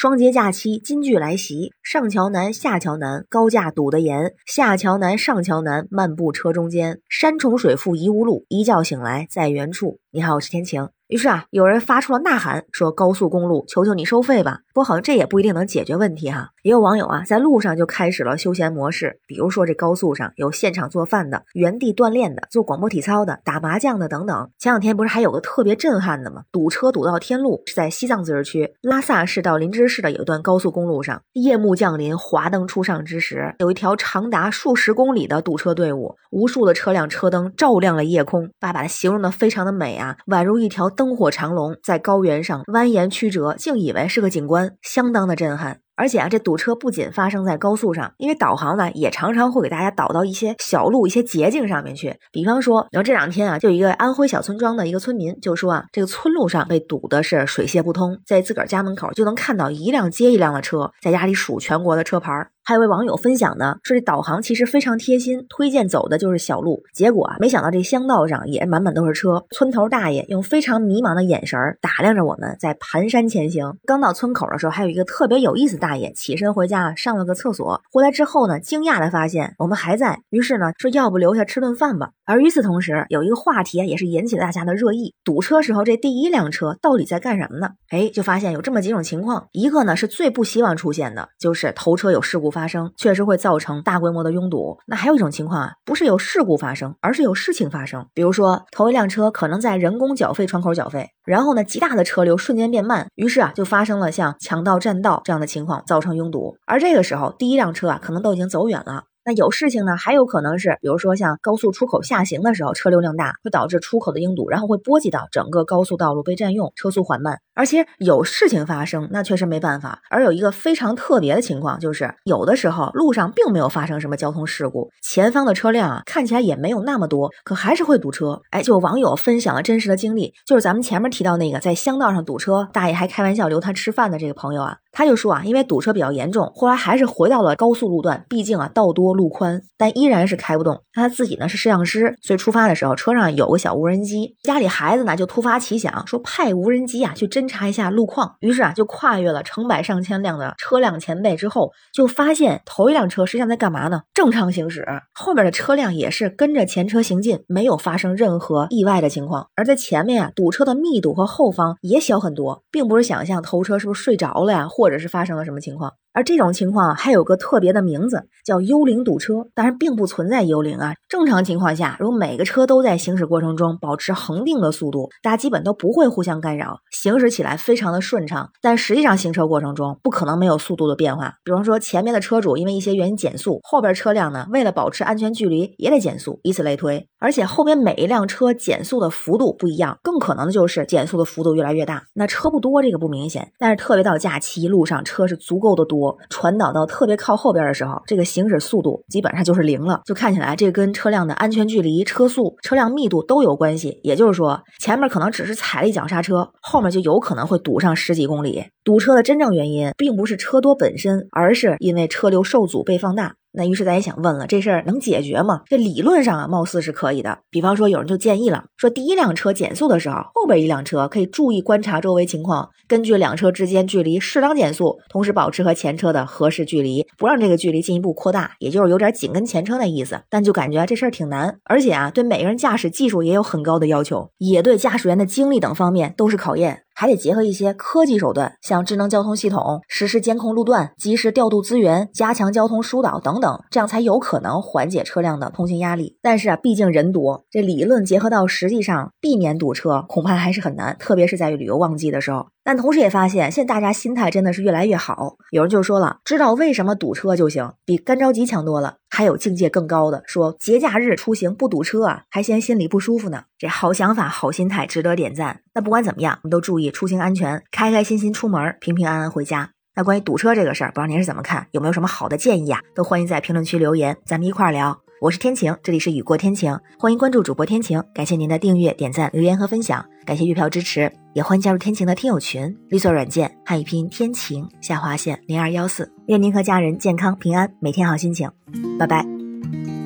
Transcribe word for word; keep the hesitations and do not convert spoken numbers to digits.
双节假期金句来袭，上桥南下桥南，高架堵得严，下桥南上桥南，漫步车中间，山重水复疑无路，一觉醒来在原处。你好，我是天晴。于是啊，有人发出了呐喊，说高速公路求求你收费吧。不过好像这也不一定能解决问题哈。也有网友啊在路上就开始了休闲模式，比如说这高速上有现场做饭的，原地锻炼的，做广播体操的，打麻将的等等。前两天不是还有个特别震撼的吗？堵车堵到天路，是在西藏自治区拉萨市到林芝市的有一段高速公路上，夜幕降临，华灯初上之时，有一条长达数十公里的堵车队伍，无数的车辆车灯照亮了夜空，把它形容的非常的美啊，宛如一条灯火长龙在高原上蜿蜒曲折，竟以为是个景观，相当的震撼。而且啊，这堵车不仅发生在高速上，因为导航呢也常常会给大家导到一些小路、一些捷径上面去。比方说，然后这两天啊，就有一个安徽小村庄的一个村民就说啊，这个村路上被堵的是水泄不通，在自个儿家门口就能看到一辆接一辆的车，在家里数全国的车牌。还有位网友分享呢，说这导航其实非常贴心，推荐走的就是小路。结果啊，没想到这乡道上也满满都是车，村头大爷用非常迷茫的眼神打量着我们，在蹒跚前行。刚到村口的时候，还有一个特别有意思大爷起身回家上了个厕所，回来之后呢，惊讶的发现我们还在，于是呢说要不留下吃顿饭吧。而与此同时，有一个话题也是引起了大家的热议，堵车时候这第一辆车到底在干什么呢？哎，就发现有这么几种情况，一个呢是最不希望出现的，就是头车有事故发生，确实会造成大规模的拥堵。那还有一种情况啊，不是有事故发生，而是有事情发生。比如说头一辆车可能在人工缴费窗口缴费，然后呢极大的车流瞬间变慢，于是啊就发生了像抢道占道这样的情况，造成拥堵。而这个时候第一辆车啊可能都已经走远了。那有事情呢，还有可能是比如说像高速出口下行的时候车流量大，会导致出口的拥堵，然后会波及到整个高速道路被占用，车速缓慢。而且有事情发生，那确实没办法。而有一个非常特别的情况，就是有的时候路上并没有发生什么交通事故，前方的车辆啊看起来也没有那么多，可还是会堵车。哎，就有网友分享了真实的经历，就是咱们前面提到那个在乡道上堵车，大爷还开玩笑留他吃饭的这个朋友啊，他就说啊，因为堵车比较严重，后来还是回到了高速路段，毕竟啊道多路宽，但依然是开不动。他自己呢是摄像师，所以出发的时候车上有个小无人机，家里孩子呢就突发奇想，说派无人机啊去侦查一下路况。于是啊就跨越了成百上千辆的车辆前辈之后，就发现头一辆车实际上在干嘛呢？正常行驶，后面的车辆也是跟着前车行进，没有发生任何意外的情况。而在前面啊堵车的密度和后方也小很多，并不是想象头车是不是睡着了呀，或者是发生了什么情况。而这种情况还有个特别的名字，叫幽灵堵车。当然并不存在幽灵啊，正常情况下，如果每个车都在行驶过程中保持恒定的速度，大家基本都不会互相干扰，行驶起来非常的顺畅。但实际上行车过程中不可能没有速度的变化，比方说前面的车主因为一些原因减速，后边车辆呢为了保持安全距离也得减速，以此类推。而且后边每一辆车减速的幅度不一样，更可能的就是减速的幅度越来越大。那车不多这个不明显，但是特别到假期路上车是足够的多，传导到特别靠后边的时候，这个行驶速度基本上就是零了，就看起来这跟车辆的安全距离、车速、车辆密度都有关系。也就是说，前面可能只是踩了一脚刹车，后面就有可能会堵上十几公里。堵车的真正原因并不是车多本身，而是因为车流受阻被放大。那于是咱也想问了，这事儿能解决吗？这理论上啊，貌似是可以的。比方说有人就建议了，说第一辆车减速的时候，后边一辆车可以注意观察周围情况，根据两车之间距离适当减速，同时保持和前车的合适距离，不让这个距离进一步扩大，也就是有点紧跟前车的意思。但就感觉这事儿挺难，而且啊，对每个人驾驶技术也有很高的要求，也对驾驶员的精力等方面都是考验。还得结合一些科技手段，像智能交通系统、实时监控路段、及时调度资源、加强交通疏导等等，这样才有可能缓解车辆的通行压力。但是啊，毕竟人多，这理论结合到实际上，避免堵车恐怕还是很难，特别是在旅游旺季的时候。但同时也发现，现在大家心态真的是越来越好。有人就说了，知道为什么堵车就行，比干着急强多了。还有境界更高的，说节假日出行不堵车啊，还嫌心里不舒服呢。这好想法、好心态，值得点赞。那不管怎么样，我们都注意出行安全，开开心心出门，平平安安回家。那关于堵车这个事儿，不知道您是怎么看？有没有什么好的建议啊？都欢迎在评论区留言，咱们一块儿聊。我是天晴，这里是雨过天晴，欢迎关注主播天晴，感谢您的订阅、点赞、留言和分享，感谢月票支持，也欢迎加入天晴的听友群，绿色软件汉语拼音天晴下划线零二一四，愿您和家人健康平安，每天好心情，拜拜。